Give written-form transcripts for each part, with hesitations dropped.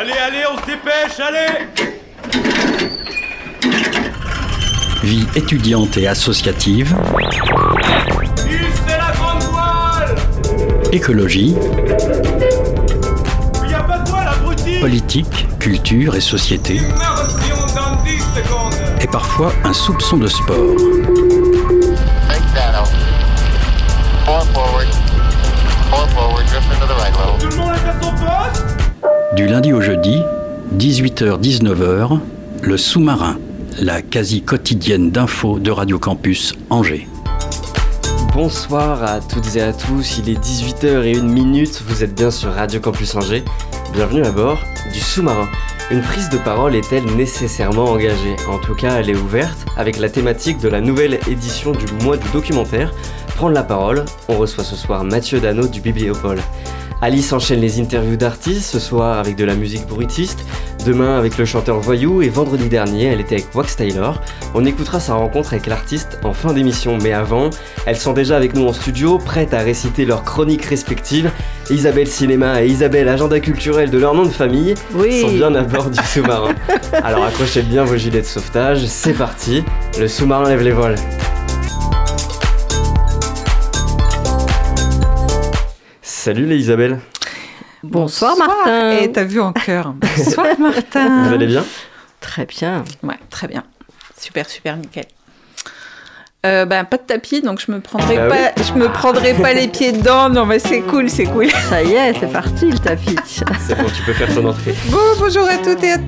Allez, on se dépêche, allez! Vie étudiante et associative. C'est la grande voile! Écologie. Il n'y a pas de voile, abruti! Politique, culture et société. Immersion dans 10 secondes! Et parfois un soupçon de sport. Tout le monde est à son poste? Du lundi au jeudi, 18h-19h, le sous-marin, la quasi quotidienne d'infos de Radio Campus Angers. Bonsoir à toutes et à tous, il est 18h01, vous êtes bien sur Radio Campus Angers. Bienvenue à bord du sous-marin. Une prise de parole est-elle nécessairement engagée? En tout cas, elle est ouverte avec la thématique de la nouvelle édition du mois du documentaire. Prendre la parole, on reçoit ce soir Mathieu Dano du Bibliopole. Alice enchaîne les interviews d'artistes, ce soir avec de la musique bruitiste, demain avec le chanteur Voyou et vendredi dernier elle était avec Wax Taylor. On écoutera sa rencontre avec l'artiste en fin d'émission, mais avant, elles sont déjà avec nous en studio, prêtes à réciter leurs chroniques respectives. Isabelle Cinéma et Isabelle Agenda Culturel de leur nom de famille sont bien à bord du sous-marin. Alors accrochez bien vos gilets de sauvetage, c'est parti, le sous-marin lève les voiles. Salut les Isabelle. Bonsoir Martin. Et t'as vu en cœur. Bonsoir Martin. Vous allez bien? Très bien. Ouais, très bien. Super, nickel. Pas de tapis, donc je me prendrai pas les pieds dedans. Non, mais c'est cool. Ça y est, c'est parti le tapis. C'est bon, tu peux faire ton entrée. Bonjour à toutes et à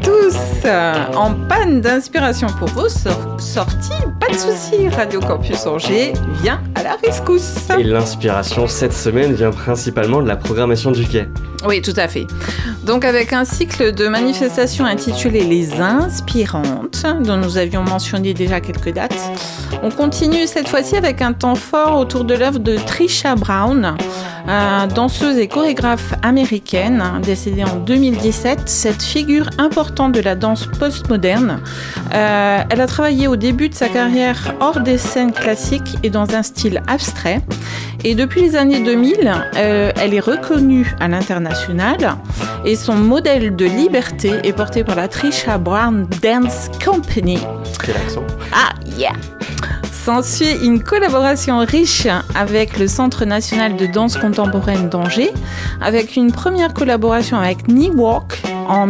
tous. En panne d'inspiration pour vos sorties, pas de soucis. Radio Campus Angers vient à la rescousse. Et l'inspiration cette semaine vient principalement de la programmation du quai. Oui, tout à fait. Donc avec un cycle de manifestations intitulé Les Inspirantes, dont nous avions mentionné déjà quelques dates, on continue cette fois-ci avec un temps fort autour de l'œuvre de Trisha Brown, danseuse et chorégraphe américaine, décédée en 2017. Cette figure importante de la danse postmoderne, elle a travaillé au début de sa carrière hors des scènes classiques et dans un style abstrait. Et depuis les années 2000, elle est reconnue à l'international et son modèle de liberté est porté par la Trisha Brown Dance Company. Quel accent! Ah, yeah! S'ensuit une collaboration riche avec le Centre national de danse contemporaine d'Angers, avec une première collaboration avec Niwalk en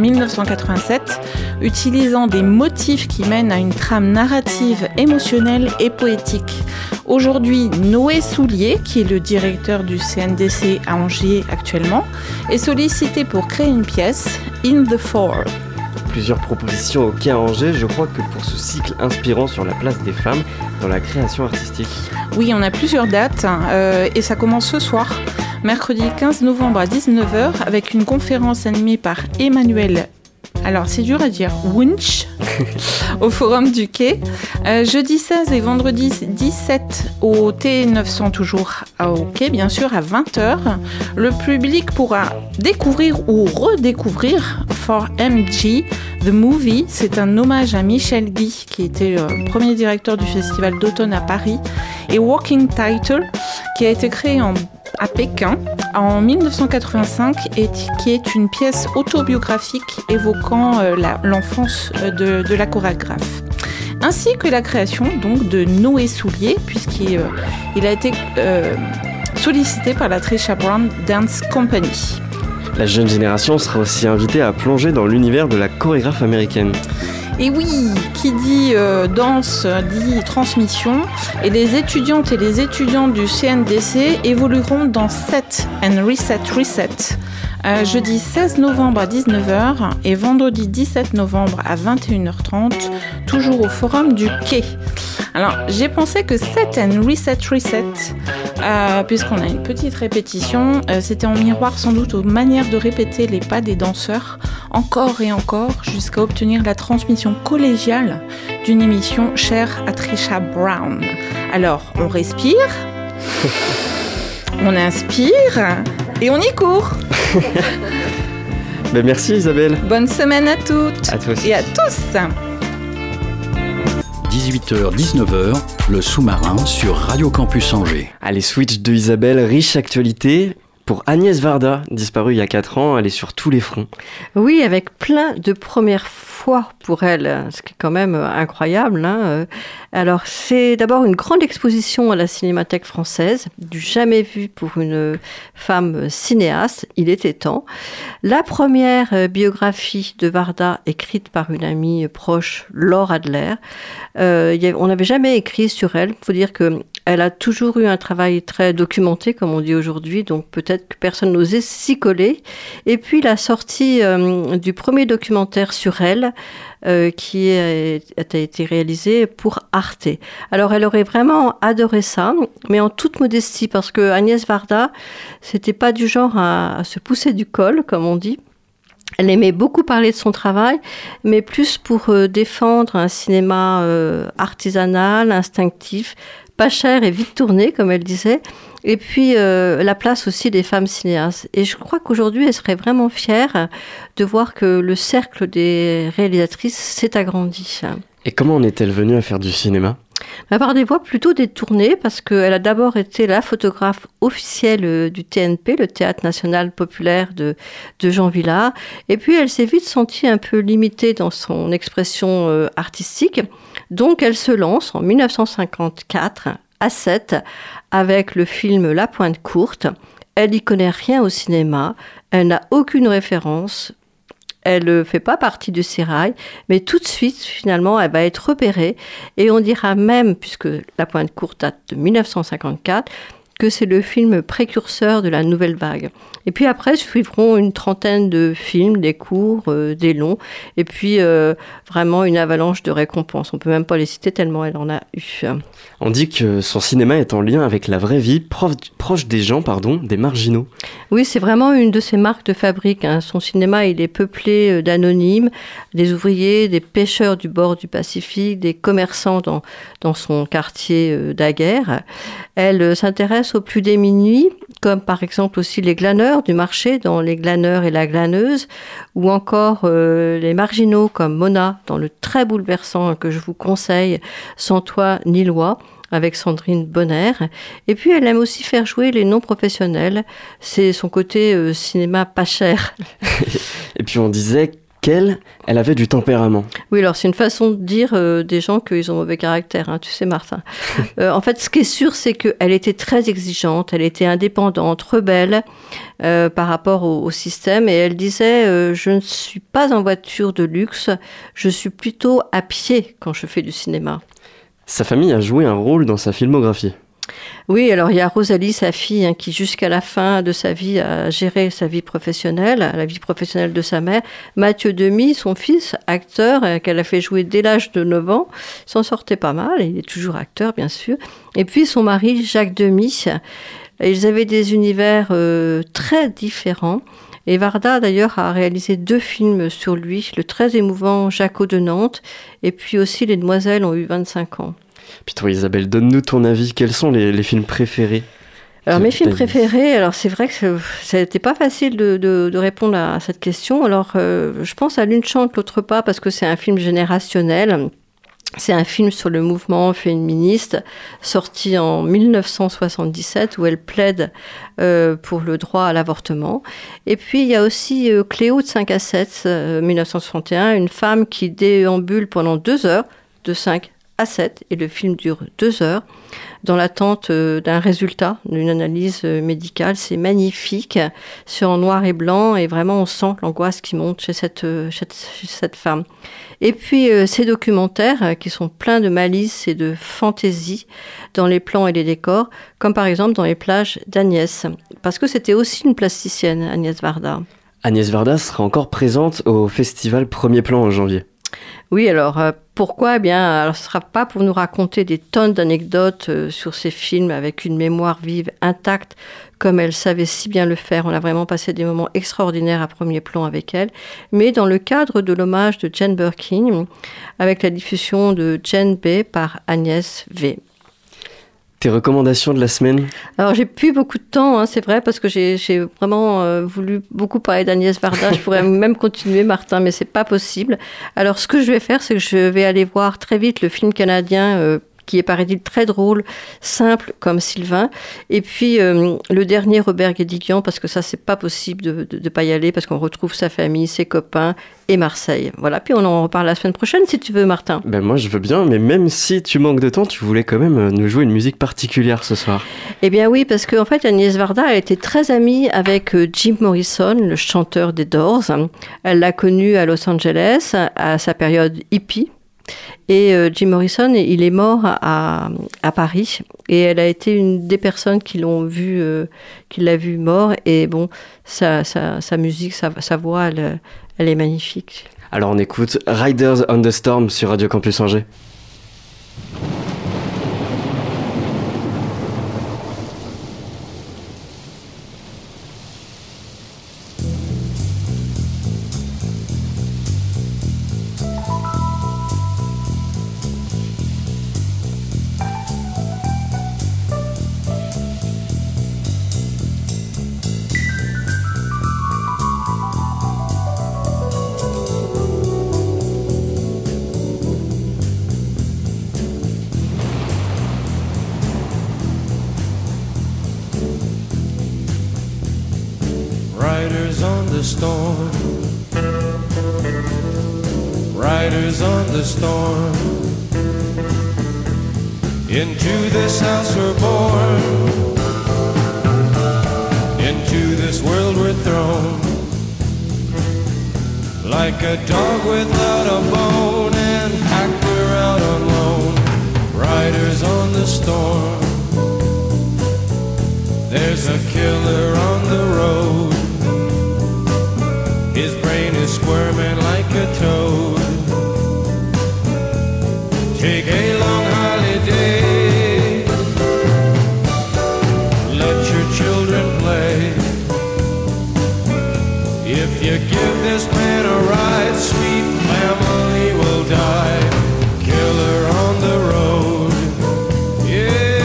1987, utilisant des motifs qui mènent à une trame narrative émotionnelle et poétique. Aujourd'hui, Noé Soulier, qui est le directeur du CNDC à Angers actuellement, est sollicité pour créer une pièce, In the Four. Plusieurs propositions au quai à Angers, je crois que pour ce cycle inspirant sur la place des femmes dans la création artistique. Oui, on a plusieurs dates et ça commence ce soir, mercredi 15 novembre à 19h, avec une conférence animée par Emmanuel. Alors, c'est dur à dire, Wunsch, au Forum du Quai. Jeudi 16 et vendredi 17 au T900, toujours au Quai, bien sûr, à 20h. Le public pourra découvrir ou redécouvrir For MG, The Movie. C'est un hommage à Michel Guy, qui était le premier directeur du Festival d'automne à Paris, et Walking Title, qui a été créé à Pékin en 1985 et qui est une pièce autobiographique évoquant l'enfance de la chorégraphe. Ainsi que la création donc de Noé Soulier, puisqu'il a été sollicité par la Trisha Brown Dance Company. La jeune génération sera aussi invitée à plonger dans l'univers de la chorégraphe américaine. Et oui, qui dit danse, dit transmission. Et les étudiantes et les étudiants du CNDC évolueront dans Set and Reset. Jeudi 16 novembre à 19h et vendredi 17 novembre à 21h30, toujours au Forum du Quai. Alors, j'ai pensé que Set and Reset, puisqu'on a une petite répétition, c'était en miroir sans doute aux manières de répéter les pas des danseurs, encore et encore, jusqu'à obtenir la transmission collégiale d'une émission chère à Trisha Brown. Alors, on respire, on inspire et on y court. Ben merci Isabelle. Bonne semaine à toutes et à tous. 18h-19h, le sous-marin sur Radio Campus Angers. Allez, switch de Isabelle, riche actualité. Pour Agnès Varda, disparue il y a 4 ans, elle est sur tous les fronts. Oui, avec plein de premières fois pour elle, ce qui est quand même incroyable. Alors, c'est d'abord une grande exposition à la Cinémathèque française, du jamais vu pour une femme cinéaste, il était temps. La première biographie de Varda, écrite par une amie proche, Laure Adler. On n'avait jamais écrit sur elle. Il faut dire qu'elle a toujours eu un travail très documenté, comme on dit aujourd'hui, donc peut-être que personne n'osait s'y coller. Et puis la sortie du premier documentaire sur elle, qui a été réalisé pour Arte. Alors elle aurait vraiment adoré ça, mais en toute modestie, parce que Agnès Varda, c'était pas du genre à se pousser du col, comme on dit. Elle aimait beaucoup parler de son travail, mais plus pour défendre un cinéma artisanal, instinctif, pas cher et vite tourné, comme elle disait. Et puis, la place aussi des femmes cinéastes. Et je crois qu'aujourd'hui, elle serait vraiment fière de voir que le cercle des réalisatrices s'est agrandi. Et comment en est-elle venue à faire du cinéma ? Par des voies plutôt détournées, parce qu'elle a d'abord été la photographe officielle du TNP, le Théâtre National Populaire de Jean Vilar. Et puis, elle s'est vite sentie un peu limitée dans son expression artistique. Donc, elle se lance en 1954 à 7 avec le film La Pointe Courte. Elle n'y connaît rien au cinéma, elle n'a aucune référence, elle ne fait pas partie du sérail, mais tout de suite, finalement, elle va être repérée. Et on dira même, puisque La Pointe Courte date de 1954, que c'est le film précurseur de la nouvelle vague. Et puis après, suivront une trentaine de films, des courts, des longs, et puis vraiment une avalanche de récompenses. On ne peut même pas les citer tellement elle en a eu. On dit que son cinéma est en lien avec la vraie vie, proche des gens, des marginaux. Oui, c'est vraiment une de ses marques de fabrique. Son cinéma, il est peuplé d'anonymes, des ouvriers, des pêcheurs du bord du Pacifique, des commerçants dans son quartier d'Aguerre. Elle s'intéresse aux plus démunis, comme par exemple aussi les glaneurs du marché dans Les glaneurs et la glaneuse, ou encore les marginaux comme Mona dans le très bouleversant que je vous conseille, Sans toi ni loi, avec Sandrine Bonner. Et puis elle aime aussi faire jouer les non-professionnels. C'est son côté cinéma pas cher. Et puis on disait qu'elle avait du tempérament. Oui, alors c'est une façon de dire des gens qu'ils ont mauvais caractère, tu sais Martin. En fait, ce qui est sûr, c'est qu'elle était très exigeante, elle était indépendante, rebelle par rapport au système. Et elle disait, je ne suis pas en voiture de luxe, je suis plutôt à pied quand je fais du cinéma. Sa famille a joué un rôle dans sa filmographie. Oui, alors il y a Rosalie, sa fille, qui jusqu'à la fin de sa vie a géré sa vie professionnelle, la vie professionnelle de sa mère. Mathieu Demy, son fils, acteur, qu'elle a fait jouer dès l'âge de 9 ans, s'en sortait pas mal, il est toujours acteur bien sûr. Et puis son mari, Jacques Demy, ils avaient des univers très différents. Et Varda, d'ailleurs, a réalisé 2 films sur lui, le très émouvant Jaco de Nantes, et puis aussi Les Demoiselles ont eu 25 ans. Puis toi, Isabelle, donne-nous ton avis. Quels sont les films préférés ? Alors, mes films préférés, alors c'est vrai que ça n'était pas facile de répondre à cette question. Alors, je pense à L'une chante, l'autre pas, parce que c'est un film générationnel. C'est un film sur le mouvement féministe sorti en 1977 où elle plaide pour le droit à l'avortement. Et puis il y a aussi Cléo de 5 à 7, 1961, une femme qui déambule pendant 2 heures, de 5 à 7, et le film dure 2 heures, dans l'attente d'un résultat, d'une analyse médicale. C'est magnifique, c'est en noir et blanc, et vraiment on sent l'angoisse qui monte chez cette femme. Et puis ces documentaires qui sont pleins de malice et de fantaisie dans les plans et les décors, comme par exemple dans Les plages d'Agnès, parce que c'était aussi une plasticienne, Agnès Varda. Agnès Varda sera encore présente au festival Premier Plan en janvier. Oui, alors pourquoi ? Eh bien, alors, ce ne sera pas pour nous raconter des tonnes d'anecdotes sur ces films avec une mémoire vive, intacte, comme elle savait si bien le faire. On a vraiment passé des moments extraordinaires à Premier Plan avec elle. Mais dans le cadre de l'hommage de Jane Birkin, avec la diffusion de Jane B par Agnès V. Tes recommandations de la semaine ? Alors, j'ai plus beaucoup de temps, c'est vrai, parce que j'ai vraiment voulu beaucoup parler d'Agnès Varda. Je pourrais même continuer, Martin, mais c'est pas possible. Alors, ce que je vais faire, c'est que je vais aller voir très vite le film canadien qui est, paraît-il, très drôle, simple comme Sylvain. Et puis, le dernier, Robert Guédiguian, parce que ça, c'est pas possible de pas y aller, parce qu'on retrouve sa famille, ses copains et Marseille. Voilà, puis on en reparle la semaine prochaine, si tu veux, Martin. Ben moi, je veux bien, mais même si tu manques de temps, tu voulais quand même nous jouer une musique particulière ce soir. Eh bien oui, parce qu'en fait, Agnès Varda a été très amie avec Jim Morrison, le chanteur des Doors. Elle l'a connu à Los Angeles, à sa période hippie. Et Jim Morrison, il est mort à Paris. Et elle a été une des personnes qui l'ont vu, qui l'a vu mort. Et bon, sa musique, sa voix, elle est magnifique. Alors on écoute Riders on the Storm sur Radio Campus Angers. Riders on the storm, riders on the storm. Into this house we're born, into this world we're thrown. Like a dog without a bone and packed we're out on loan. Riders on the storm, there's a killer on the road. His brain is squirming like a toad. Take a long holiday, let your children play. If you give this man a ride, sweet family will die. Killer on the road, yeah.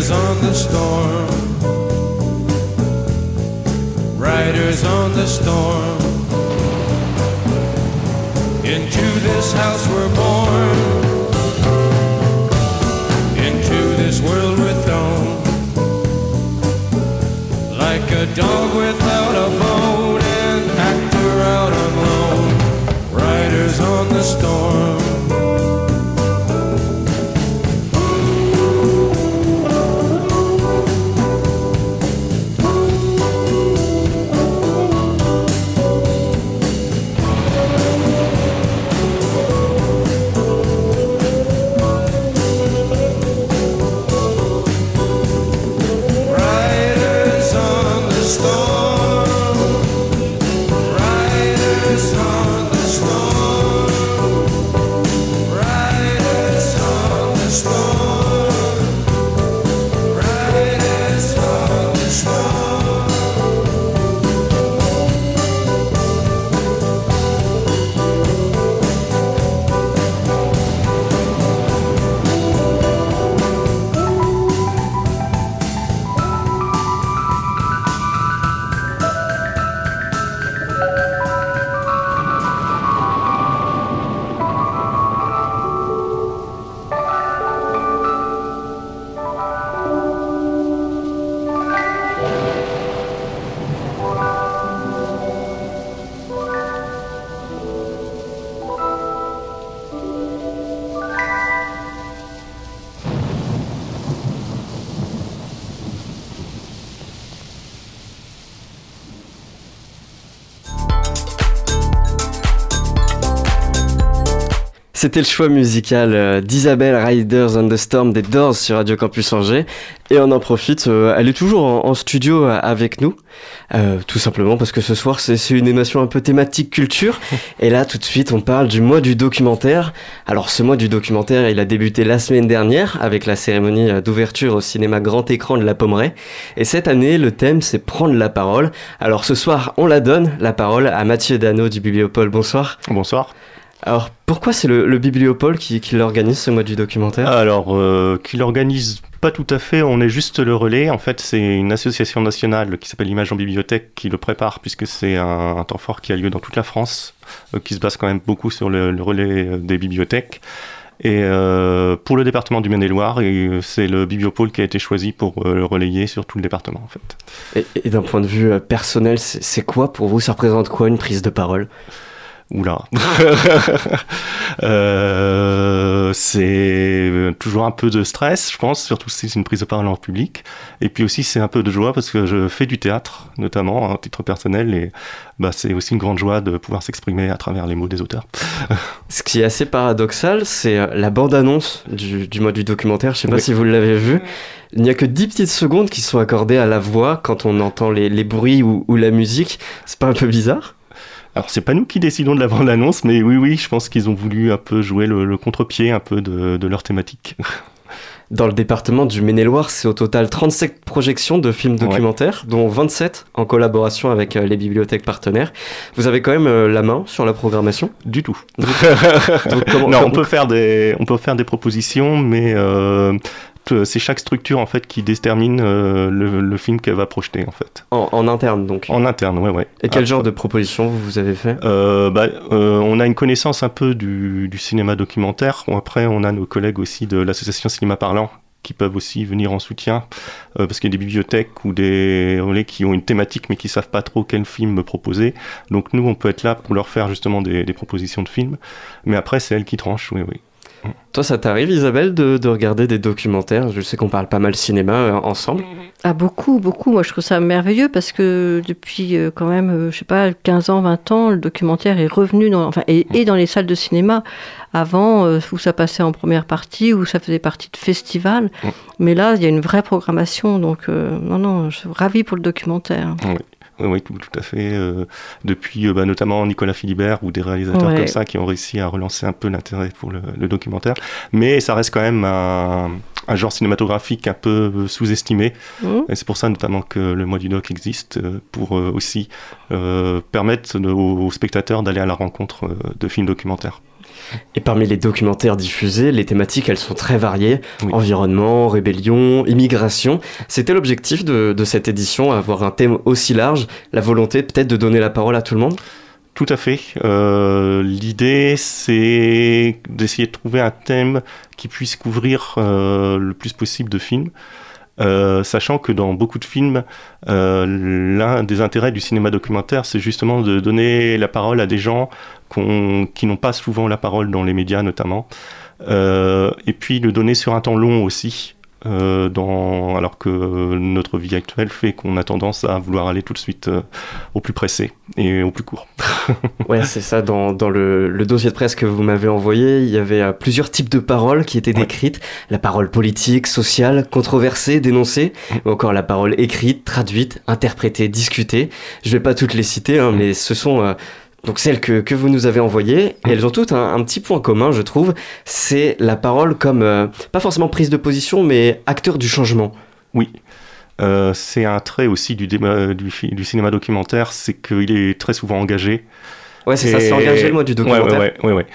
Riders on the storm. Riders on the storm. Into this house we're born. Into this world with dawn. Like a dog without a bone, an actor out on loan. Riders on the storm. C'était le choix musical d'Isabelle, Riders on the Storm des Doors sur Radio Campus Angers. Et on en profite, elle est toujours en studio avec nous, tout simplement parce que ce soir c'est une émission un peu thématique culture. Et là tout de suite on parle du mois du documentaire. Alors ce mois du documentaire il a débuté la semaine dernière avec la cérémonie d'ouverture au cinéma grand écran de la Pommeraye. Et cette année le thème c'est prendre la parole. Alors ce soir on la donne, la parole à Mathieu Dano du Bibliopole. Bonsoir. Bonsoir. Alors, pourquoi c'est le Bibliopole qui l'organise, ce mois du documentaire ? Alors, qui l'organise pas tout à fait, on est juste le relais. En fait, c'est une association nationale qui s'appelle Image en Bibliothèque qui le prépare, puisque c'est un temps fort qui a lieu dans toute la France, qui se base quand même beaucoup sur le relais des bibliothèques. Et pour le département du Maine-et-Loire, c'est le Bibliopole qui a été choisi pour le relayer sur tout le département, en fait. Et d'un point de vue personnel, c'est quoi pour vous ? Ça représente quoi une prise de parole ? Oula, c'est toujours un peu de stress, je pense, surtout si c'est une prise de parole en public. Et puis aussi, c'est un peu de joie parce que je fais du théâtre, notamment, à titre personnel. Et c'est aussi une grande joie de pouvoir s'exprimer à travers les mots des auteurs. Ce qui est assez paradoxal, c'est la bande-annonce du mois du documentaire. Je ne sais pas si vous l'avez vu. Il n'y a que 10 petites secondes qui sont accordées à la voix quand on entend les bruits ou la musique. C'est pas un peu bizarre ? Alors, c'est pas nous qui décidons de la bande-annonce, mais oui, je pense qu'ils ont voulu un peu jouer le contre-pied un peu de leur thématique. Dans le département du Maine-et-Loire, c'est au total 37 projections de films documentaires, dont 27 en collaboration avec les bibliothèques partenaires. Vous avez quand même la main sur la programmation ? Du tout. On peut faire des propositions, mais c'est chaque structure en fait qui détermine le film qu'elle va projeter en fait. En interne donc. En interne, ouais. Et quel genre de propositions vous avez fait ? On a une connaissance un peu du cinéma documentaire. Après, on a nos collègues aussi de l'association Cinéma Parlant qui peuvent aussi venir en soutien parce qu'il y a des bibliothèques ou des relais qui ont une thématique mais qui savent pas trop quel film proposer. Donc nous, on peut être là pour leur faire justement des propositions de films. Mais après, c'est elles qui tranchent, oui. Toi, ça t'arrive, Isabelle, de regarder des documentaires ? Je sais qu'on parle pas mal cinéma ensemble. Ah, beaucoup. Moi, je trouve ça merveilleux parce que depuis quand même, 15 ans, 20 ans, le documentaire est revenu et dans les salles de cinéma. Avant, où ça passait en première partie, où ça faisait partie de festivals. Mais là, il y a une vraie programmation. Donc, non, je suis ravie pour le documentaire. Oui, tout à fait. Depuis notamment Nicolas Philibert ou des réalisateurs comme ça qui ont réussi à relancer un peu l'intérêt pour le documentaire. Mais ça reste quand même un genre cinématographique un peu sous-estimé. Et c'est pour ça notamment que le mois du doc existe, pour aussi permettre aux spectateurs d'aller à la rencontre de films documentaires. Et parmi les documentaires diffusés, les thématiques, elles sont très variées. Oui. Environnement, rébellion, immigration. C'était l'objectif de cette édition, avoir un thème aussi large, la volonté peut-être de donner la parole à tout le monde? Tout à fait. L'idée, c'est d'essayer de trouver un thème qui puisse couvrir le plus possible de films. Sachant que dans beaucoup de films, l'un des intérêts du cinéma documentaire, c'est justement de donner la parole à des gens qui n'ont pas souvent la parole dans les médias notamment, et puis le donner sur un temps long aussi, alors que notre vie actuelle fait qu'on a tendance à vouloir aller tout de suite au plus pressé et au plus court. Ouais, c'est ça. Dans le dossier de presse que vous m'avez envoyé, il y avait plusieurs types de paroles qui étaient décrites. La parole politique, sociale, controversée, dénoncée, ou encore la parole écrite, traduite, interprétée, discutée. Je vais pas toutes les citer, hein, mais ce sont donc celles que vous nous avez envoyées, et elles ont toutes un petit point commun, je trouve, c'est la parole comme, pas forcément prise de position, mais acteur du changement. Oui. C'est un trait aussi du cinéma documentaire, c'est qu'il est très souvent engagé. Ouais, c'est ça, c'est engagé le mot du documentaire. Ouais.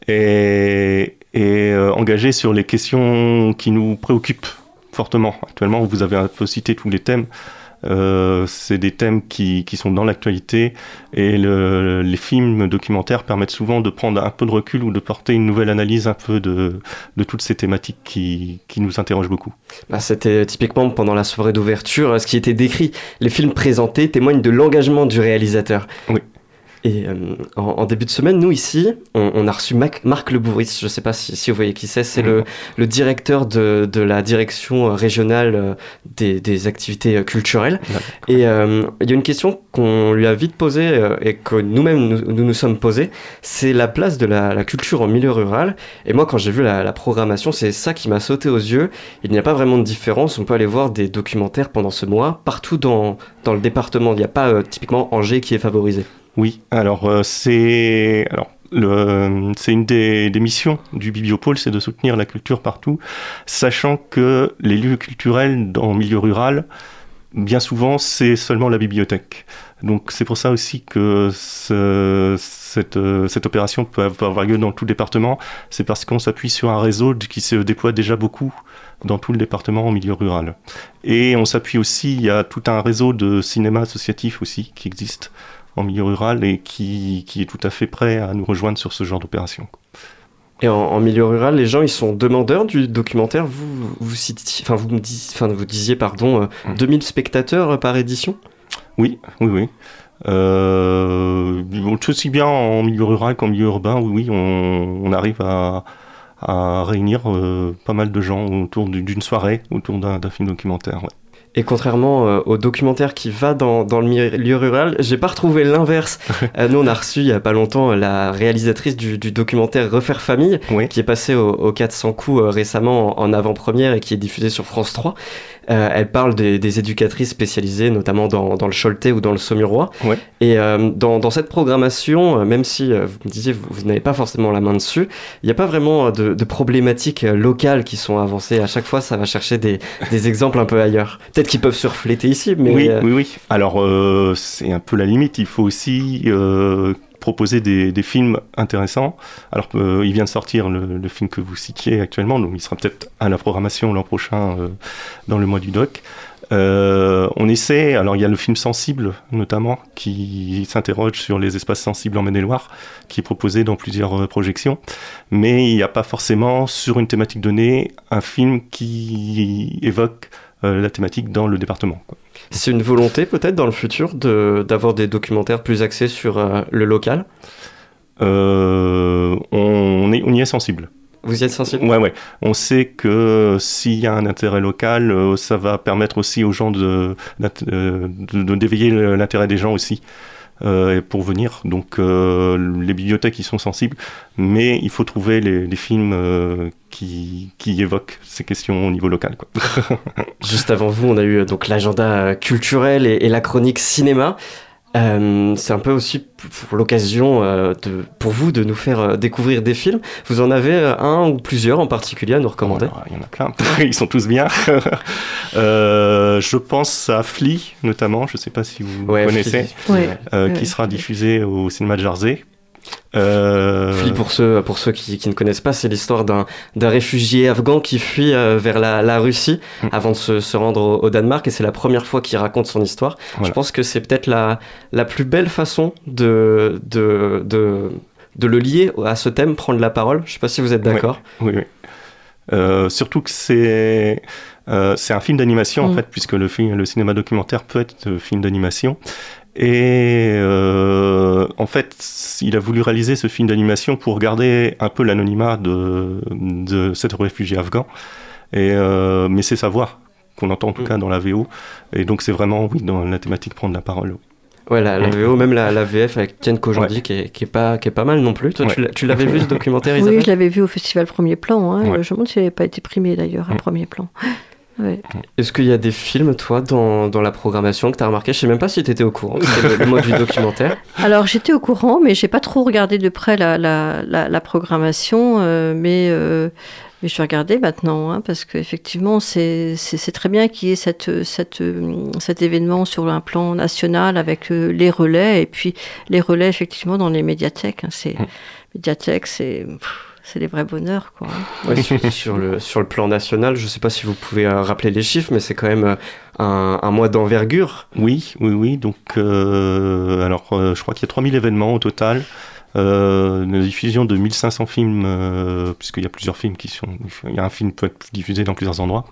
Et engagé sur les questions qui nous préoccupent fortement. Actuellement, vous avez un peu cité tous les thèmes. C'est des thèmes qui sont dans l'actualité, et les films documentaires permettent souvent de prendre un peu de recul ou de porter une nouvelle analyse un peu de toutes ces thématiques qui nous interrogent beaucoup. Bah, c'était typiquement pendant la soirée d'ouverture ce qui était décrit. Les films présentés témoignent de l'engagement du réalisateur. Oui. Et en début de semaine, nous ici, on a reçu Marc Lebouris, je ne sais pas si vous voyez qui c'est le directeur de la direction régionale des activités culturelles. Et il y a une question qu'on lui a vite posée et que nous-mêmes nous sommes posés, c'est la place de la culture en milieu rural. Et moi, quand j'ai vu la programmation, c'est ça qui m'a sauté aux yeux. Il n'y a pas vraiment de différence, on peut aller voir des documentaires pendant ce mois, partout dans le département. Il n'y a pas typiquement Angers qui est favorisé. Oui, alors c'est une des missions du Bibliopôle, c'est de soutenir la culture partout, sachant que les lieux culturels dans le milieu rural, bien souvent, c'est seulement la bibliothèque. Donc c'est pour ça aussi que cette opération peut avoir lieu dans tout le département. C'est parce qu'on s'appuie sur un réseau qui se déploie déjà beaucoup dans tout le département en milieu rural. Et on s'appuie aussi, il y a tout un réseau de cinéma associatif aussi qui existe en milieu rural et qui est tout à fait prêt à nous rejoindre sur ce genre d'opération. Et en milieu rural, les gens, ils sont demandeurs du documentaire. Vous disiez 2000 spectateurs par édition ? Oui. Aussi bien en milieu rural qu'en milieu urbain, oui, on arrive à réunir pas mal de gens autour d'une soirée, autour d'un film documentaire. Ouais. Et contrairement au documentaire qui va dans le milieu rural, j'ai pas retrouvé l'inverse. Nous, on a reçu il y a pas longtemps la réalisatrice du documentaire Refaire Famille, qui est passée au 400 coups récemment en avant-première et qui est diffusé sur France 3. Elle parle des éducatrices spécialisées, notamment dans le Choletais ou dans le Saumurois. Ouais. Et dans cette programmation, même si vous me disiez vous n'avez pas forcément la main dessus, il n'y a pas vraiment de problématiques locales qui sont avancées. À chaque fois, ça va chercher des exemples un peu ailleurs. Peut-être qu'ils peuvent se refléter ici, mais... Oui. Alors, c'est un peu la limite. Il faut aussi proposer des films intéressants. Alors, il vient de sortir le film que vous citiez actuellement, donc il sera peut-être à la programmation l'an prochain dans le mois du doc. On essaie, alors il y a le film Sensible notamment, qui s'interroge sur les espaces sensibles en Maine-et-Loire, qui est proposé dans plusieurs projections, mais il n'y a pas forcément, sur une thématique donnée, un film qui évoque la thématique dans le département, quoi. C'est une volonté peut-être dans le futur d'avoir des documentaires plus axés sur le local ? On y est sensible. Vous y êtes sensible ? Ouais. On sait que s'il y a un intérêt local, ça va permettre aussi aux gens d'éveiller l'intérêt des gens aussi pour venir. Donc les bibliothèques y sont sensibles, mais il faut trouver les films qui évoquent ces questions au niveau local, quoi. Juste avant vous, on a eu donc l'agenda culturel et la chronique cinéma. C'est un peu aussi pour l'occasion pour vous de nous faire découvrir des films. Vous en avez un ou plusieurs en particulier à nous recommander ? Il y en a plein, ils sont tous bien. Je pense à Flea notamment, je ne sais pas si vous connaissez, qui sera diffusé au cinéma de Jarzé. Flea, pour ceux qui ne connaissent pas, c'est l'histoire d'un réfugié afghan qui fuit vers la Russie avant de se rendre au Danemark, et c'est la première fois qu'il raconte son histoire. Voilà. Je pense que c'est peut-être la plus belle façon de le lier à ce thème, prendre la parole. Je ne sais pas si vous êtes d'accord. Oui. Surtout que c'est un film d'animation en fait, puisque le cinéma documentaire peut être film d'animation. Et en fait, il a voulu réaliser ce film d'animation pour garder un peu l'anonymat de cet réfugié afghan. Mais c'est sa voix qu'on entend en tout cas dans la VO. Et donc c'est vraiment, dans la thématique prendre la parole. Ouais, la VO, même la VF avec Ken Kojandi qui est pas mal non plus. Toi, tu l'avais vu ce documentaire, Isabelle ? Oui, je l'avais vu au Festival Premier Plan. Hein. Ouais. Je me demande s'il n'avait pas été primé d'ailleurs à Premier Plan. Ouais. Est-ce qu'il y a des films, toi, dans la programmation que tu as remarqué ? Je ne sais même pas si tu étais au courant, c'était le mot du documentaire. Alors, j'étais au courant, mais je n'ai pas trop regardé de près la programmation, mais je vais regarder maintenant, hein, parce qu'effectivement, c'est très bien qu'il y ait cet événement sur un plan national avec les relais, et puis les relais, effectivement, dans les médiathèques. Hein, médiathèques, c'est des vrais bonheurs, quoi. Ouais, sur le plan national, je ne sais pas si vous pouvez rappeler les chiffres, mais c'est quand même un mois d'envergure. Oui. Donc, je crois qu'il y a 3000 événements au total. Une diffusion de 1500 films, puisqu'il y a plusieurs films il y a un film qui peut être diffusé dans plusieurs endroits.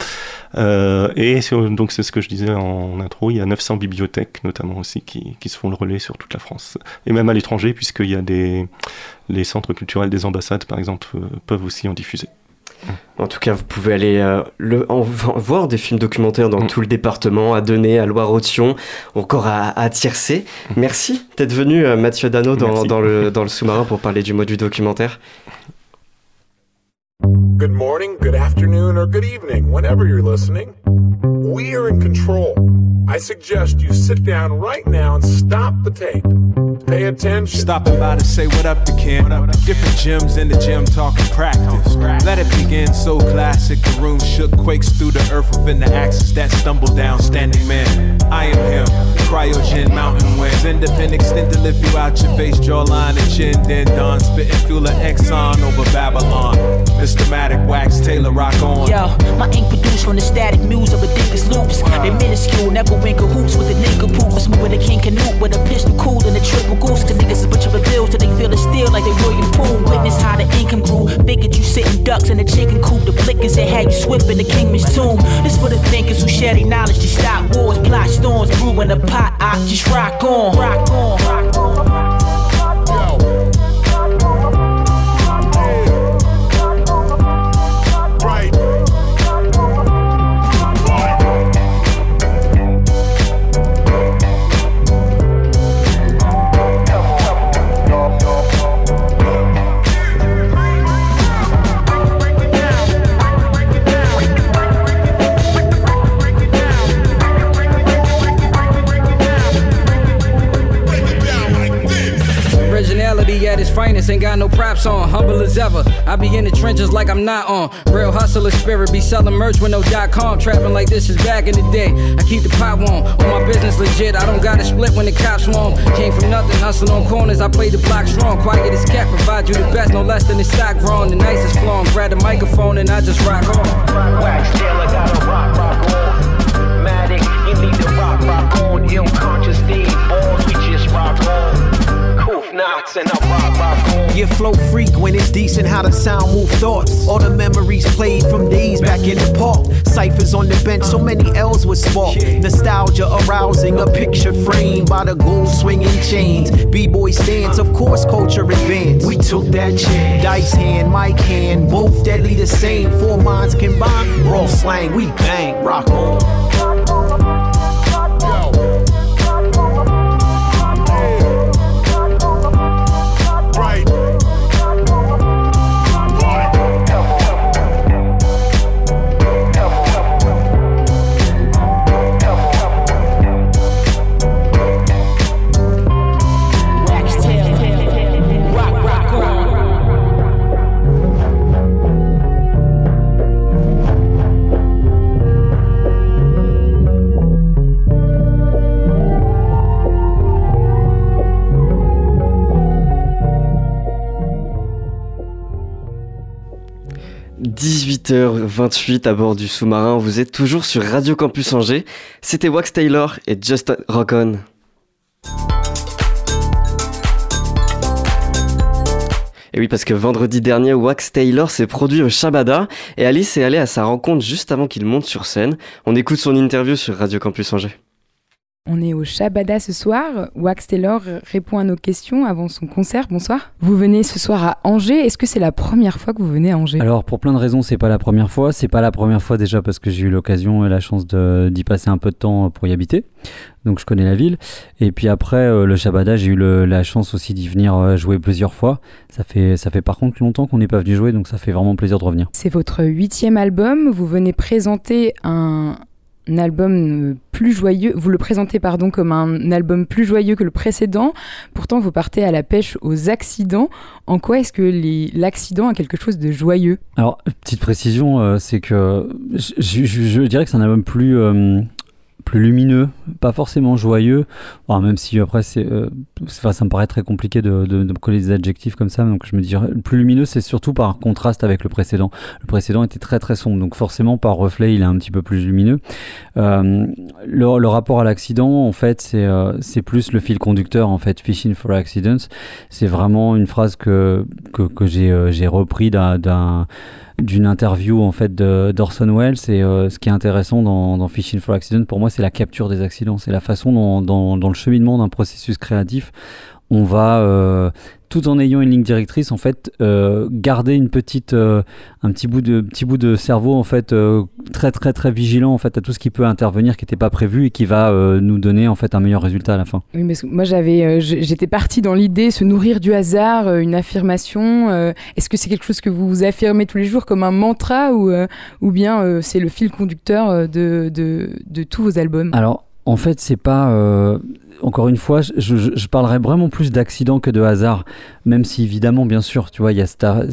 Donc c'est ce que je disais en intro, il y a 900 bibliothèques notamment aussi qui se font le relais sur toute la France. Et même à l'étranger, puisqu'il y a les centres culturels des ambassades, par exemple, peuvent aussi en diffuser. En tout cas, vous pouvez aller voir des films documentaires dans tout le département, à Denay, à Loire-Othion, encore à Tiercé. Merci d'être venu, Mathieu Dano, dans le sous-marin pour parler du mois du documentaire. Good morning, good afternoon, or good evening, whenever you're listening. We are in control. I suggest you sit down right now and stop the tape. Pay attention. Stopping by to say what up to Ken. Different gyms in the gym talking practice. Let it begin, so classic. The room shook, quakes through the earth within the axis that stumble down, standing man. I am him. Cryogen mountain winds. Independent extent to lift you out your face, jawline and chin. Then done, spitting fuel of Exxon over Babylon. Systematic wax, Taylor rock on. Yo, my ink produced from the static muse of ridiculous loops. They minuscule, never win cahoots with a nigga poop. Was moving a King Canute with a pistol cool and a triple goose. Cause niggas is butcher of bills till they feel it still like they William Poole. Witness how the income grew. Figured you sitting ducks in a chicken coop. The blickers that had you swift in the kingman's tomb. This for the thinkers who share their knowledge to stop wars, plot storms, brew in the pot. I just rock on, rock on, rock on. At its finest, ain't got no props on, humble as ever. I be in the trenches like I'm not on. Real hustler spirit, be selling merch with no .com. Trapping like this is back in the day. I keep the pot warm, on my business legit. I don't gotta split when the cops swarm. Came from nothing, hustling on corners. I play the block strong. Quiet as cat, provide you the best, no less than the stock grown. The nicest flowing, grab the microphone and I just rock on. Wax Taylor gotta rock on. Matic, you need to rock on. Ill conscious Dave balls, we just rock on. Knots and I rock on. Your flow freak when it's decent, how the sound move thoughts. All the memories played from days back in the park. Ciphers on the bench, so many L's with spark. Nostalgia arousing a picture framed by the gold swinging chains. B-boy stance, of course culture advanced. We took that chance. Dice hand, mic hand, both deadly the same. Four minds combined, raw slang, we bang, rock on. 18h28 à bord du sous-marin, vous êtes toujours sur Radio Campus Angers. C'était Wax Taylor et Just Rock On. Et oui, parce que vendredi dernier, Wax Taylor s'est produit au Shabada et Alice est allée à sa rencontre juste avant qu'il monte sur scène. On écoute son interview sur Radio Campus Angers. On est au Shabada ce soir. Wax Taylor répond à nos questions avant son concert. Bonsoir. Vous venez ce soir à Angers. Est-ce que c'est la première fois que vous venez à Angers ? Alors pour plein de raisons, c'est pas la première fois. C'est pas la première fois déjà parce que j'ai eu l'occasion et la chance d'y passer un peu de temps pour y habiter. Donc je connais la ville. Et puis après le Shabada, j'ai eu la chance aussi d'y venir jouer plusieurs fois. Ça fait par contre longtemps qu'on n'est pas venu jouer, donc ça fait vraiment plaisir de revenir. C'est votre 8e album. Vous venez présenter un album plus joyeux, vous le présentez comme un album plus joyeux que le précédent, pourtant vous partez à la pêche aux accidents. En quoi est-ce que l'accident a quelque chose de joyeux ? Alors, petite précision, c'est que je dirais que c'est un album plus lumineux, pas forcément joyeux, même si après ça me paraît très compliqué de coller des adjectifs comme ça, donc je me dirais plus lumineux, c'est surtout par contraste avec le précédent. Le précédent était très très sombre, donc forcément par reflet il est un petit peu plus lumineux. Le rapport à l'accident, en fait, c'est plus le fil conducteur, en fait, Fishing for Accidents. C'est vraiment une phrase que j'ai repris d'une interview en fait d'Orson Welles. Et ce qui est intéressant dans Fishing for Accident, pour moi, c'est la capture des accidents. C'est la façon dans le cheminement d'un processus créatif, on va tout en ayant une ligne directrice, en fait, garder un petit bout de cerveau, en fait, très très très vigilant, en fait, à tout ce qui peut intervenir, qui n'était pas prévu et qui va nous donner en fait un meilleur résultat à la fin. Oui, mais moi j'étais partie dans l'idée se nourrir du hasard, une affirmation. Est-ce que c'est quelque chose que vous affirmez tous les jours comme un mantra ou bien c'est le fil conducteur de tous vos albums ? Alors en fait, c'est pas. Encore une fois, je parlerais vraiment plus d'accident que de hasard, même si évidemment, bien sûr, tu vois, il y a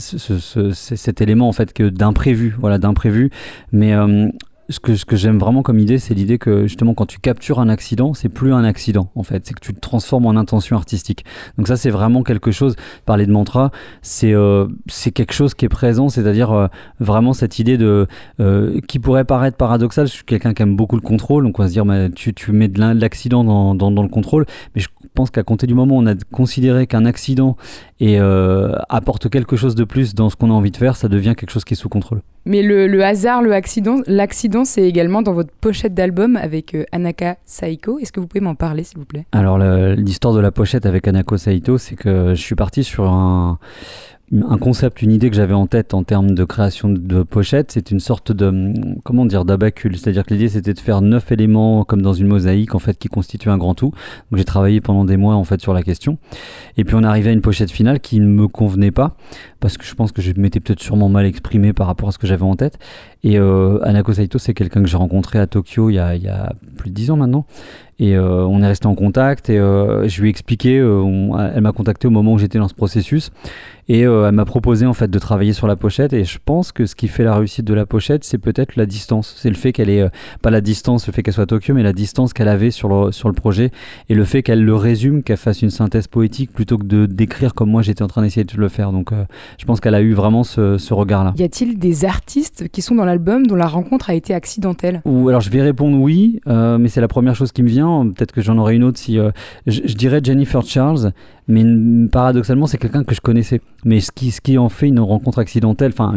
cet élément en fait d'imprévu, mais ce que j'aime vraiment comme idée, c'est l'idée que justement quand tu captures un accident, c'est plus un accident en fait, c'est que tu te transformes en intention artistique. Donc ça, c'est vraiment quelque chose. Parler de mantra, c'est quelque chose qui est présent, c'est-à-dire vraiment cette idée qui pourrait paraître paradoxale. Je suis quelqu'un qui aime beaucoup le contrôle, donc on va se dire tu mets de l'accident dans le contrôle, mais je pense qu'à compter du moment où on a considéré qu'un accident apporte quelque chose de plus dans ce qu'on a envie de faire, ça devient quelque chose qui est sous contrôle. Mais le hasard, l'accident, c'est également dans votre pochette d'album avec Hanaka Saiko. Est-ce que vous pouvez m'en parler, s'il vous plaît ? Alors, l'histoire de la pochette avec Hanako Saito, c'est que je suis parti sur un concept, une idée que j'avais en tête en termes de création de pochette. C'est une sorte d'abacule. C'est-à-dire que l'idée, c'était de faire 9 éléments comme dans une mosaïque, en fait, qui constituent un grand tout. Donc, j'ai travaillé pendant des mois, en fait, sur la question. Et puis, on arrivait à une pochette finale qui ne me convenait pas, parce que je pense que je m'étais peut-être sûrement mal exprimé par rapport à ce que j'avais en tête. Et Hanako Saito, c'est quelqu'un que j'ai rencontré à Tokyo il y a plus de 10 ans maintenant. Et on est resté en contact et je lui ai expliqué, elle m'a contacté au moment où j'étais dans ce processus et elle m'a proposé en fait de travailler sur la pochette. Et je pense que ce qui fait la réussite de la pochette, c'est peut-être la distance. C'est le fait qu'elle ait, pas la distance, le fait qu'elle soit à Tokyo, mais la distance qu'elle avait sur le projet et le fait qu'elle le résume, qu'elle fasse une synthèse poétique plutôt que de décrire comme moi j'étais en train d'essayer de le faire. Donc je pense qu'elle a eu vraiment ce regard-là. Y a-t-il des artistes qui sont dans l'album dont la rencontre a été accidentelle ? Alors je vais répondre oui, mais c'est la première chose qui me vient. Peut-être que j'en aurai une autre si je dirais Jennifer Charles, mais paradoxalement c'est quelqu'un que je connaissais. Mais ce qui en fait une rencontre accidentelle, enfin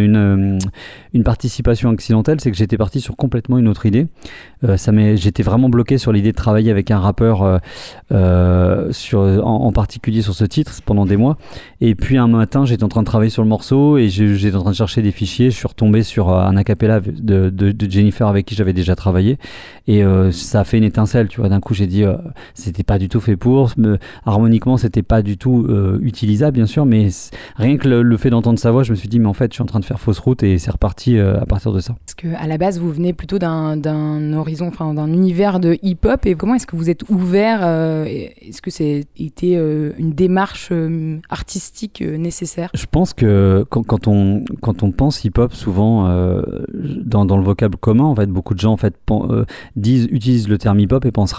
une participation accidentelle, c'est que j'étais parti sur complètement une autre idée. J'étais vraiment bloqué sur l'idée de travailler avec un rappeur en particulier sur ce titre pendant des mois. Et puis un matin, j'étais en train de travailler sur le morceau et j'étais en train de chercher des fichiers. Je suis retombé sur un a cappella de Jennifer avec qui j'avais déjà travaillé et ça a fait une étincelle. Tu vois, d'un coup, j'ai dit c'était pas du tout fait pour. Harmoniquement, c'était pas du tout utilisable, bien sûr, mais rien que le fait d'entendre sa voix, je me suis dit mais en fait, je suis en train de faire fausse route et c'est reparti à partir de ça. Parce que à la base, vous venez plutôt d'un horizon, enfin d'un univers de hip-hop. Et comment est-ce que vous êtes ouvert Est-ce que c'est été une démarche artistique nécessaire ? Je pense que quand on pense hip-hop, souvent dans le vocable commun, en fait, beaucoup de gens en fait utilisent le terme hip-hop et pensent rap.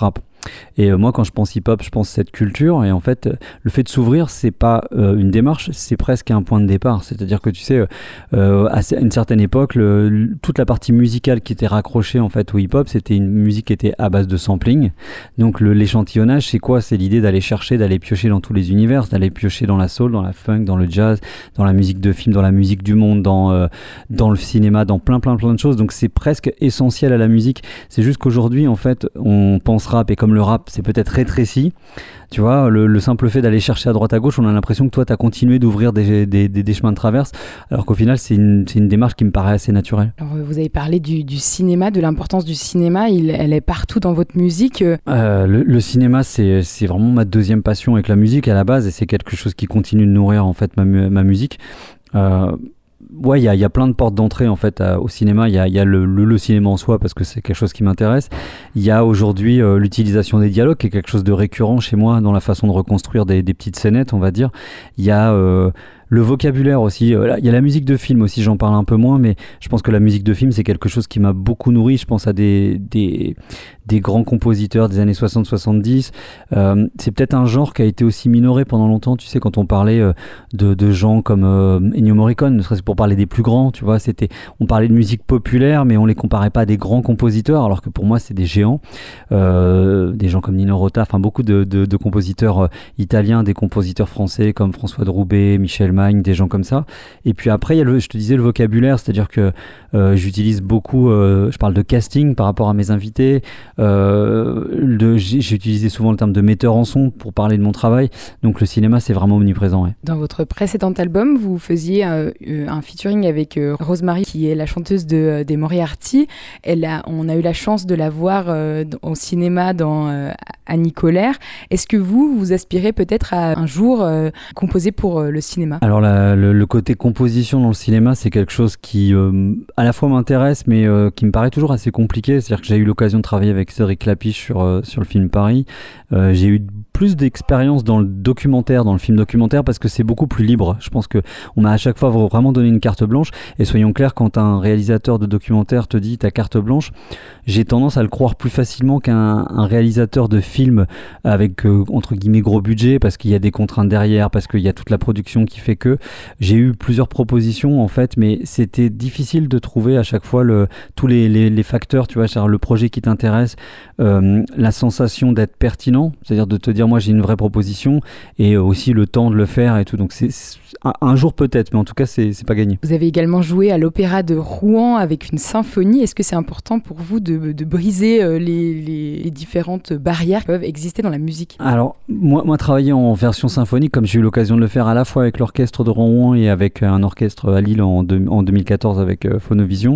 Et moi, quand je pense hip-hop, je pense cette culture. Et en fait, le fait de s'ouvrir, c'est pas une démarche, c'est presque un point de départ. C'est-à-dire que tu sais, à une certaine époque, toute la partie musicale qui était raccrochée en fait au hip-hop, c'était une musique qui était à base de sampling. Donc l'échantillonnage, c'est quoi? C'est l'idée d'aller chercher, d'aller piocher dans tous les univers, d'aller piocher dans la soul, dans la funk, dans le jazz, dans la musique de film, dans la musique du monde, dans le cinéma, dans plein de choses. Donc c'est presque essentiel à la musique. C'est juste qu'aujourd'hui, en fait, on pense rap et comme le rap, c'est peut-être rétréci. Tu vois, le simple fait d'aller chercher à droite à gauche, on a l'impression que toi, tu as continué d'ouvrir des chemins de traverse, alors qu'au final, c'est une démarche qui me paraît assez naturelle. Alors, vous avez parlé du cinéma, de l'importance du cinéma. Elle est partout dans votre musique. Le cinéma, c'est vraiment ma deuxième passion avec la musique à la base, et c'est quelque chose qui continue de nourrir en fait ma musique. Ouais, il y a plein de portes d'entrée en fait au cinéma. Il y a le cinéma en soi parce que c'est quelque chose qui m'intéresse. Il y a aujourd'hui l'utilisation des dialogues qui est quelque chose de récurrent chez moi dans la façon de reconstruire des petites scénettes, on va dire. Il y a le vocabulaire aussi. Il y a la musique de film aussi, j'en parle un peu moins, mais je pense que la musique de film, c'est quelque chose qui m'a beaucoup nourri. Je pense à des grands compositeurs des années 60-70. C'est peut-être un genre qui a été aussi minoré pendant longtemps. Tu sais, quand on parlait de gens comme Ennio Morricone, ne serait-ce que pour parler des plus grands, tu vois, on parlait de musique populaire, mais on les comparait pas à des grands compositeurs, alors que pour moi, c'est des géants. Des gens comme Nino Rota, enfin beaucoup de compositeurs italiens, des compositeurs français comme François de Roubaix, Michel Magne, des gens comme ça. Et puis après, il y a je te disais le vocabulaire, c'est-à-dire que j'utilise beaucoup, je parle de casting par rapport à mes invités. J'ai utilisé souvent le terme de metteur en son pour parler de mon travail, donc le cinéma c'est vraiment omniprésent. Ouais. Dans votre précédent album, vous faisiez un featuring avec Rosemary, qui est la chanteuse des Moriarty. On a eu la chance de la voir au cinéma dans Annie Colère. Est-ce que vous aspirez peut-être à un jour composer pour le cinéma? Alors le côté composition dans le cinéma, c'est quelque chose qui à la fois m'intéresse, mais qui me paraît toujours assez compliqué. C'est-à-dire que j'ai eu l'occasion de travailler avec Cédric Clapiche sur le film Paris. J'ai eu plus d'expérience dans le film documentaire, parce que c'est beaucoup plus libre. Je pense qu'on m'a à chaque fois vraiment donné une carte blanche, et soyons clairs, quand un réalisateur de documentaire te dit ta carte blanche, j'ai tendance à le croire plus facilement qu'un réalisateur de film avec entre guillemets gros budget, parce qu'il y a des contraintes derrière, parce qu'il y a toute la production qui fait que j'ai eu plusieurs propositions en fait, mais c'était difficile de trouver à chaque fois tous les facteurs, tu vois, c'est-à-dire le projet qui t'intéresse, la sensation d'être pertinent, c'est-à-dire de te dire moi j'ai une vraie proposition, et aussi le temps de le faire et tout. Donc c'est un jour peut-être, mais en tout cas c'est pas gagné. Vous avez également joué à l'Opéra de Rouen avec une symphonie. Est-ce que c'est important pour vous de briser les différentes barrières qui peuvent exister dans la musique? Alors moi travailler en version symphonique, comme j'ai eu l'occasion de le faire à la fois avec l'orchestre de Rouen et avec un orchestre à Lille en 2014 avec Phonovision,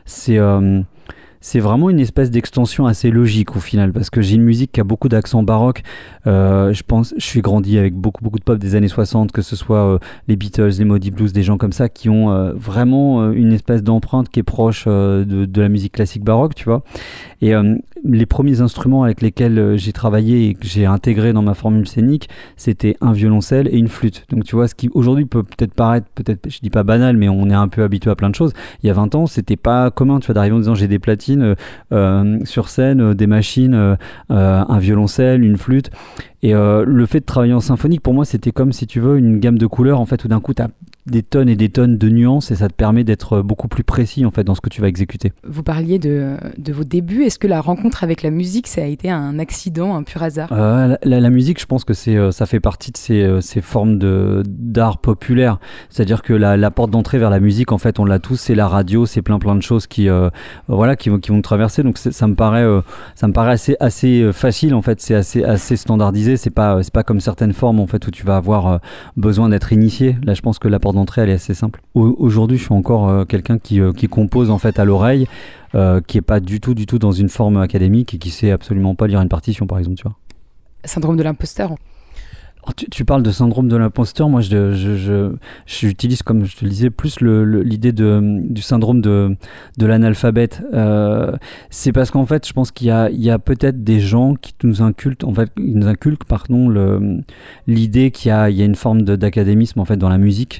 c'est vraiment une espèce d'extension assez logique au final, parce que j'ai une musique qui a beaucoup d'accent baroque. Je suis grandi avec beaucoup de pop des années 60, que ce soit les Beatles, les Moody Blues, des gens comme ça qui ont vraiment une espèce d'empreinte qui est proche de la musique classique baroque, tu vois. Et les premiers instruments avec lesquels j'ai travaillé et que j'ai intégré dans ma formule scénique, c'était un violoncelle et une flûte. Donc tu vois, ce qui aujourd'hui peut peut-être paraître, je dis pas banal, mais on est un peu habitué à plein de choses. Il y a 20 ans, c'était pas commun, tu vois, d'arriver en disant j'ai des platines sur scène, des machines, un violoncelle, une flûte. Et le fait de travailler en symphonique, pour moi, c'était comme, si tu veux, une gamme de couleurs, en fait, où d'un coup, tu as des tonnes et des tonnes de nuances, et ça te permet d'être beaucoup plus précis, en fait, dans ce que tu vas exécuter. Vous parliez de vos débuts. Est-ce que la rencontre avec la musique, ça a été un accident, un pur hasard? La musique, je pense que ça fait partie de ces formes d'art populaire. C'est-à-dire que la porte d'entrée vers la musique, en fait, on l'a tous, c'est la radio, c'est plein de choses qui vont traverser. Donc ça me paraît assez facile, en fait, c'est assez standardisé. C'est pas comme certaines formes en fait où tu vas avoir besoin d'être initié. Là, je pense que la porte d'entrée elle est assez simple. Aujourd'hui, je suis encore quelqu'un qui compose en fait à l'oreille, qui est pas du tout dans une forme académique et qui sait absolument pas lire une partition, par exemple, tu vois. Syndrome de l'imposteur. Tu parles de syndrome de l'imposteur. Moi, j'utilise, comme je te le disais, plus l'idée du syndrome de l'analphabète. C'est parce qu'en fait, je pense qu'il y a peut-être des gens qui nous inculquent, l'idée qu'il y a une forme d'académisme en fait dans la musique,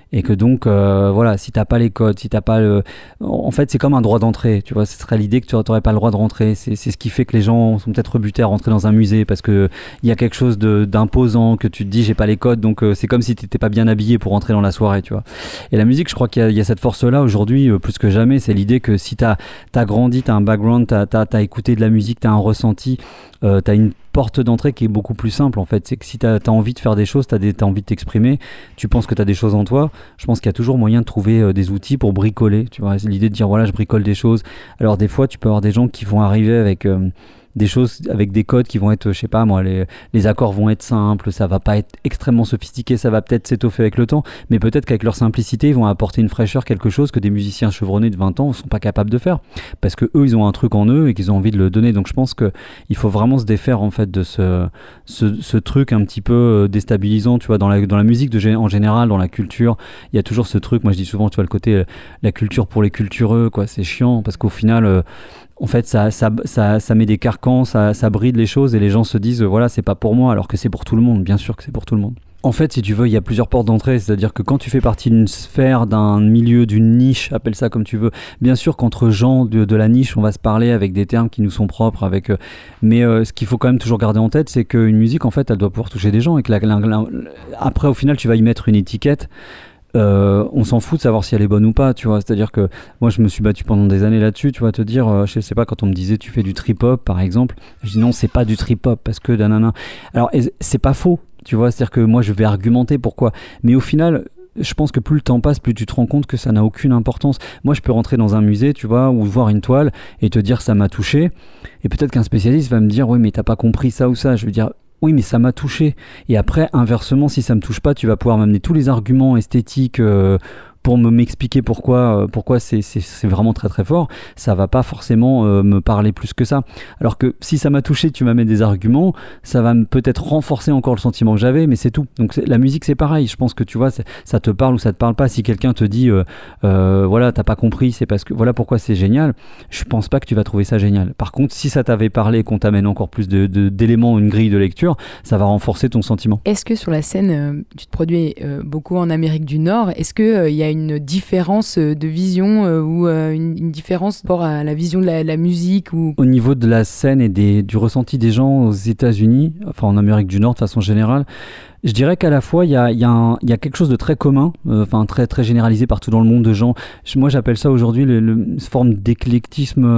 Et que donc, voilà, si t'as pas les codes, si t'as pas le... En fait, c'est comme un droit d'entrée, tu vois, ce serait l'idée que tu n'aurais pas le droit de rentrer. C'est ce qui fait que les gens sont peut-être rebutés à rentrer dans un musée, parce qu'il y a quelque chose d'imposant, que tu te dis, j'ai pas les codes, donc c'est comme si t'étais pas bien habillé pour rentrer dans la soirée, tu vois. Et la musique, je crois qu'il y a cette force-là aujourd'hui, plus que jamais, c'est l'idée que si t'as grandi, t'as un background, t'as écouté de la musique, t'as un ressenti, t'as une porte d'entrée qui est beaucoup plus simple en fait. C'est que si t'as envie de faire des choses, t'as envie de t'exprimer, tu penses que t'as des choses en toi, je pense qu'il y a toujours moyen de trouver des outils pour bricoler, tu vois. C'est l'idée de dire voilà, je bricole des choses. Alors des fois tu peux avoir des gens qui vont arriver avec des choses, avec des codes qui vont être, je sais pas moi, les accords vont être simples, ça va pas être extrêmement sophistiqué, ça va peut-être s'étoffer avec le temps, mais peut-être qu'avec leur simplicité ils vont apporter une fraîcheur, quelque chose que des musiciens chevronnés de 20 ans sont pas capables de faire, parce que eux ils ont un truc en eux et qu'ils ont envie de le donner. Donc je pense que il faut vraiment se défaire en fait de ce truc un petit peu déstabilisant, tu vois, dans la musique en général, dans la culture, il y a toujours ce truc, moi je dis souvent, tu vois, le côté la culture pour les cultureux, quoi, c'est chiant, parce qu'au final en fait, ça met des carcans, ça bride les choses et les gens se disent voilà, c'est pas pour moi, alors que c'est pour tout le monde. Bien sûr que c'est pour tout le monde. En fait, si tu veux, il y a plusieurs portes d'entrée, c'est-à-dire que quand tu fais partie d'une sphère, d'un milieu, d'une niche, appelle ça comme tu veux, bien sûr qu'entre gens de la niche, on va se parler avec des termes qui nous sont propres, mais ce qu'il faut quand même toujours garder en tête, c'est qu'une musique, en fait, elle doit pouvoir toucher des gens et que après, au final, tu vas y mettre une étiquette. On s'en fout de savoir si elle est bonne ou pas, tu vois. C'est-à-dire que moi je me suis battu pendant des années là-dessus, tu vois, te dire, je sais pas, quand on me disait tu fais du trip-hop par exemple, je dis non, c'est pas du trip-hop parce que nanana. Alors c'est pas faux, tu vois, c'est-à-dire que moi je vais argumenter pourquoi, mais au final je pense que plus le temps passe, plus tu te rends compte que ça n'a aucune importance. Moi je peux rentrer dans un musée, tu vois, ou voir une toile et te dire ça m'a touché, et peut-être qu'un spécialiste va me dire oui mais t'as pas compris ça ou ça. Je veux dire oui, mais ça m'a touché. Et après, inversement, si ça me touche pas, tu vas pouvoir m'amener tous les arguments esthétiques pour m'expliquer pourquoi c'est vraiment très très fort. Ça va pas forcément me parler plus que ça. Alors que si ça m'a touché, tu m'amènes des arguments, ça va peut-être renforcer encore le sentiment que j'avais, mais c'est tout. Donc la musique, c'est pareil. Je pense que tu vois, ça te parle ou ça te parle pas. Si quelqu'un te dit voilà, t'as pas compris, c'est parce que voilà pourquoi c'est génial, je pense pas que tu vas trouver ça génial. Par contre, si ça t'avait parlé et qu'on t'amène encore plus d'éléments, une grille de lecture, ça va renforcer ton sentiment. Est-ce que sur la scène, tu te produis beaucoup en Amérique du Nord, est-ce qu'il y a une différence de vision ou une différence par rapport à la vision de la musique ou... Au niveau de la scène et du ressenti des gens aux États-Unis, enfin en Amérique du Nord de façon générale, je dirais qu'à la fois il y a quelque chose de très commun, enfin très très généralisé partout dans le monde de gens. Moi j'appelle ça aujourd'hui une forme d'éclectisme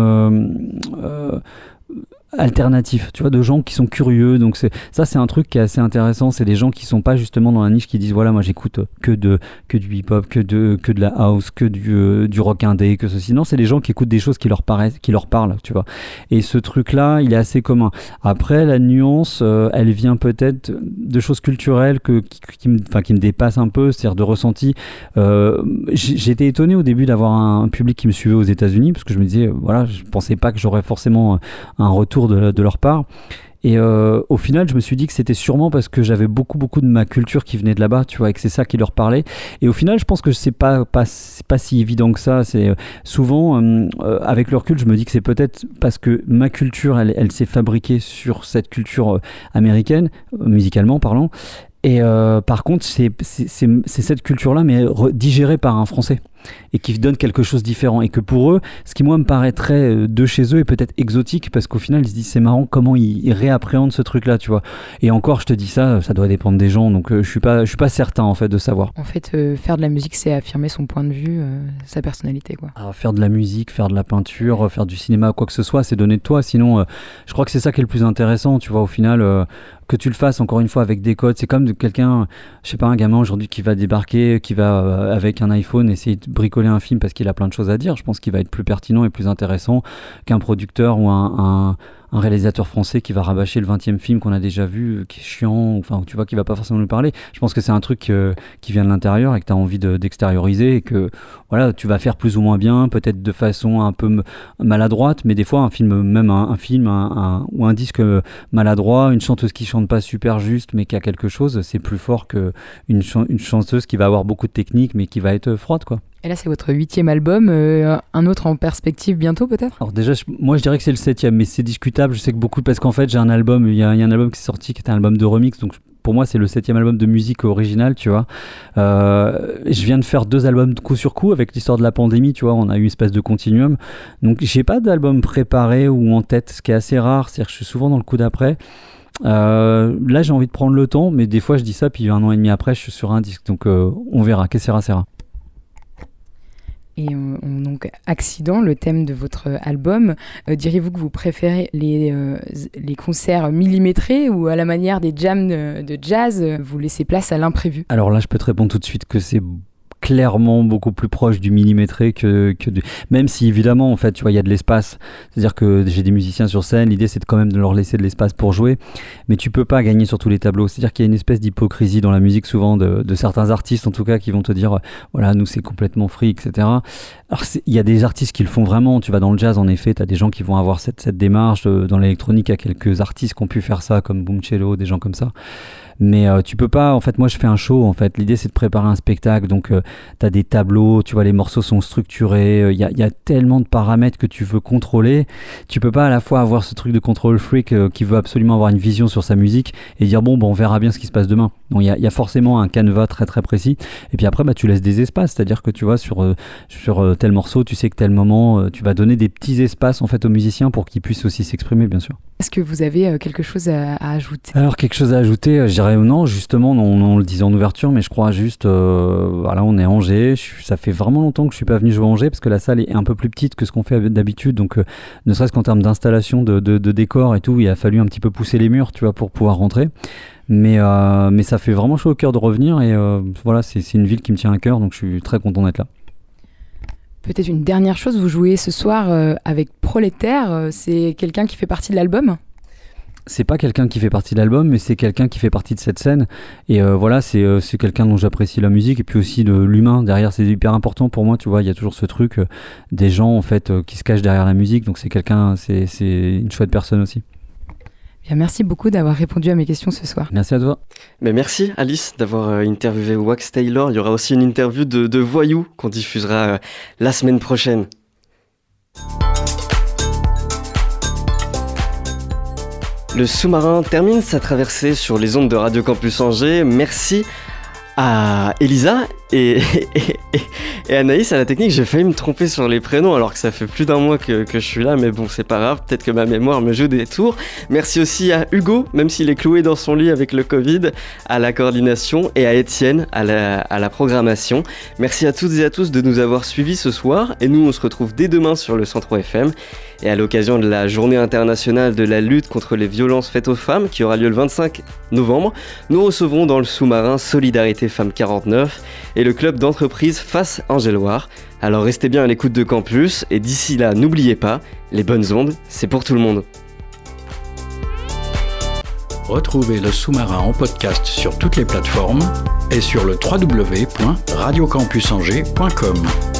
alternatif, tu vois, de gens qui sont curieux. Donc c'est un truc qui est assez intéressant. C'est des gens qui sont pas justement dans la niche, qui disent voilà, moi j'écoute que du hip-hop, que de la house, que du rock indé, que ceci. Non, c'est des gens qui écoutent des choses qui leur parlent, tu vois. Et ce truc-là, il est assez commun. Après, la nuance, elle vient peut-être de choses culturelles qui me dépassent un peu, c'est-à-dire de ressenti. J'étais étonné au début d'avoir un public qui me suivait aux États-Unis, parce que je me disais voilà, je pensais pas que j'aurais forcément un retour de leur part. Et au final, je me suis dit que c'était sûrement parce que j'avais beaucoup de ma culture qui venait de là-bas, tu vois, et que c'est ça qui leur parlait. Et au final, je pense que c'est pas si évident que ça. C'est souvent, avec le recul, je me dis que c'est peut-être parce que ma culture, elle s'est fabriquée sur cette culture américaine, musicalement parlant. Et par contre, c'est cette culture-là, mais digérée par un Français, et qui donne quelque chose de différent. Et que pour eux, ce qui moi me paraîtrait de chez eux est peut-être exotique, parce qu'au final, ils se disent c'est marrant comment ils réappréhendent ce truc-là, tu vois. Et encore, je te dis ça doit dépendre des gens, donc je suis pas certain en fait de savoir. En fait, faire de la musique, c'est affirmer son point de vue, sa personnalité, quoi. Alors, faire de la musique, faire de la peinture, faire du cinéma, quoi que ce soit, c'est donner de toi. Sinon, je crois que c'est ça qui est le plus intéressant, tu vois, au final. Que tu le fasses encore une fois avec des codes, c'est comme de quelqu'un, je sais pas, un gamin aujourd'hui qui va débarquer, qui va avec un iPhone essayer de bricoler un film parce qu'il a plein de choses à dire. Je pense qu'il va être plus pertinent et plus intéressant qu'un producteur ou un réalisateur français qui va rabâcher le 20e film qu'on a déjà vu, qui est chiant, enfin tu vois, qui va pas forcément nous parler. Je pense que c'est un truc qui vient de l'intérieur et que tu as envie d'extérioriser, et que voilà, tu vas faire plus ou moins bien, peut-être de façon un peu maladroite, mais des fois un film, même un film ou un disque maladroit, une chanteuse qui chante pas super juste mais qui a quelque chose, c'est plus fort qu'une chanteuse qui va avoir beaucoup de technique mais qui va être froide, quoi. Et là, c'est votre 8e album, un autre en perspective bientôt peut-être ? Alors déjà, moi je dirais que c'est le 7e, mais c'est discutable. Je sais que beaucoup, parce qu'en fait j'ai un album, il y a un album qui est sorti qui était un album de remix, donc pour moi c'est le 7e album de musique originale, tu vois. Je viens de faire 2 albums coup sur coup avec l'histoire de la pandémie, tu vois, on a eu une espèce de continuum. Donc j'ai pas d'album préparé ou en tête, ce qui est assez rare, c'est-à-dire que je suis souvent dans le coup d'après. Là j'ai envie de prendre le temps, mais des fois je dis ça, puis 1 an et demi après je suis sur un disque, donc on verra, que sera. Et donc, Accident, le thème de votre album, diriez-vous que vous préférez les concerts millimétrés ou à la manière des jams de jazz, vous laissez place à l'imprévu? Alors là, je peux te répondre tout de suite que c'est clairement beaucoup plus proche du millimétré que du... Même si évidemment en fait tu vois il y a de l'espace, c'est-à-dire que j'ai des musiciens sur scène, l'idée c'est quand même de leur laisser de l'espace pour jouer, mais tu peux pas gagner sur tous les tableaux, c'est-à-dire qu'il y a une espèce d'hypocrisie dans la musique souvent de certains artistes en tout cas qui vont te dire voilà nous c'est complètement free, etc. Alors il y a des artistes qui le font vraiment, tu vas dans le jazz en effet, tu as des gens qui vont avoir cette démarche, dans l'électronique il y a quelques artistes qui ont pu faire ça comme Boom Cello, des gens comme ça. Mais tu peux pas, en fait moi je fais un show en fait, l'idée c'est de préparer un spectacle, donc t'as des tableaux, tu vois les morceaux sont structurés, il y a tellement de paramètres que tu veux contrôler, tu peux pas à la fois avoir ce truc de control freak qui veut absolument avoir une vision sur sa musique et dire bon on verra bien ce qui se passe demain. Donc il y a forcément un canevas très très précis, et puis après tu laisses des espaces, c'est-à-dire que tu vois sur tel morceau tu sais que tel moment tu vas donner des petits espaces en fait aux musiciens pour qu'ils puissent aussi s'exprimer bien sûr. Est-ce que vous avez quelque chose à ajouter? Alors quelque chose à ajouter, je dirais non, justement, on le disait en ouverture, mais je crois juste, voilà, on est à Angers, ça fait vraiment longtemps que je suis pas venu jouer à Angers, parce que la salle est un peu plus petite que ce qu'on fait d'habitude, donc ne serait-ce qu'en termes d'installation, de décor et tout, il a fallu un petit peu pousser les murs, tu vois, pour pouvoir rentrer. Mais ça fait vraiment chaud au cœur de revenir, et voilà, c'est une ville qui me tient à cœur, donc je suis très content d'être là. Peut-être une dernière chose, vous jouez ce soir avec Prolétaire, c'est quelqu'un qui fait partie de l'album ? C'est pas quelqu'un qui fait partie de l'album, mais c'est quelqu'un qui fait partie de cette scène. Et voilà, c'est quelqu'un dont j'apprécie la musique, et puis aussi de l'humain derrière. C'est hyper important pour moi, tu vois. Il y a toujours ce truc des gens en fait qui se cachent derrière la musique. Donc c'est quelqu'un, c'est une chouette personne aussi. Bien, merci beaucoup d'avoir répondu à mes questions ce soir. Merci à toi. Mais merci Alice d'avoir interviewé Wax Taylor. Il y aura aussi une interview de Voyou qu'on diffusera la semaine prochaine. Le sous-marin termine sa traversée sur les ondes de Radio Campus Angers. Merci à Elisa et Anaïs à la technique. J'ai failli me tromper sur les prénoms alors que ça fait plus d'1 mois que je suis là, mais bon, c'est pas grave, peut-être que ma mémoire me joue des tours. Merci aussi à Hugo, même s'il est cloué dans son lit avec le Covid, à la coordination, et à Étienne à la programmation. Merci à toutes et à tous de nous avoir suivis ce soir, et nous on se retrouve dès demain sur le 103 FM. Et à l'occasion de la journée internationale de la lutte contre les violences faites aux femmes, qui aura lieu le 25 novembre, nous recevrons dans le sous-marin Solidarité Femmes 49 et le club d'entreprise Face Angéloire. Alors restez bien à l'écoute de Campus, et d'ici là, n'oubliez pas, les bonnes ondes, c'est pour tout le monde. Retrouvez le sous-marin en podcast sur toutes les plateformes et sur le www.radiocampusangers.com.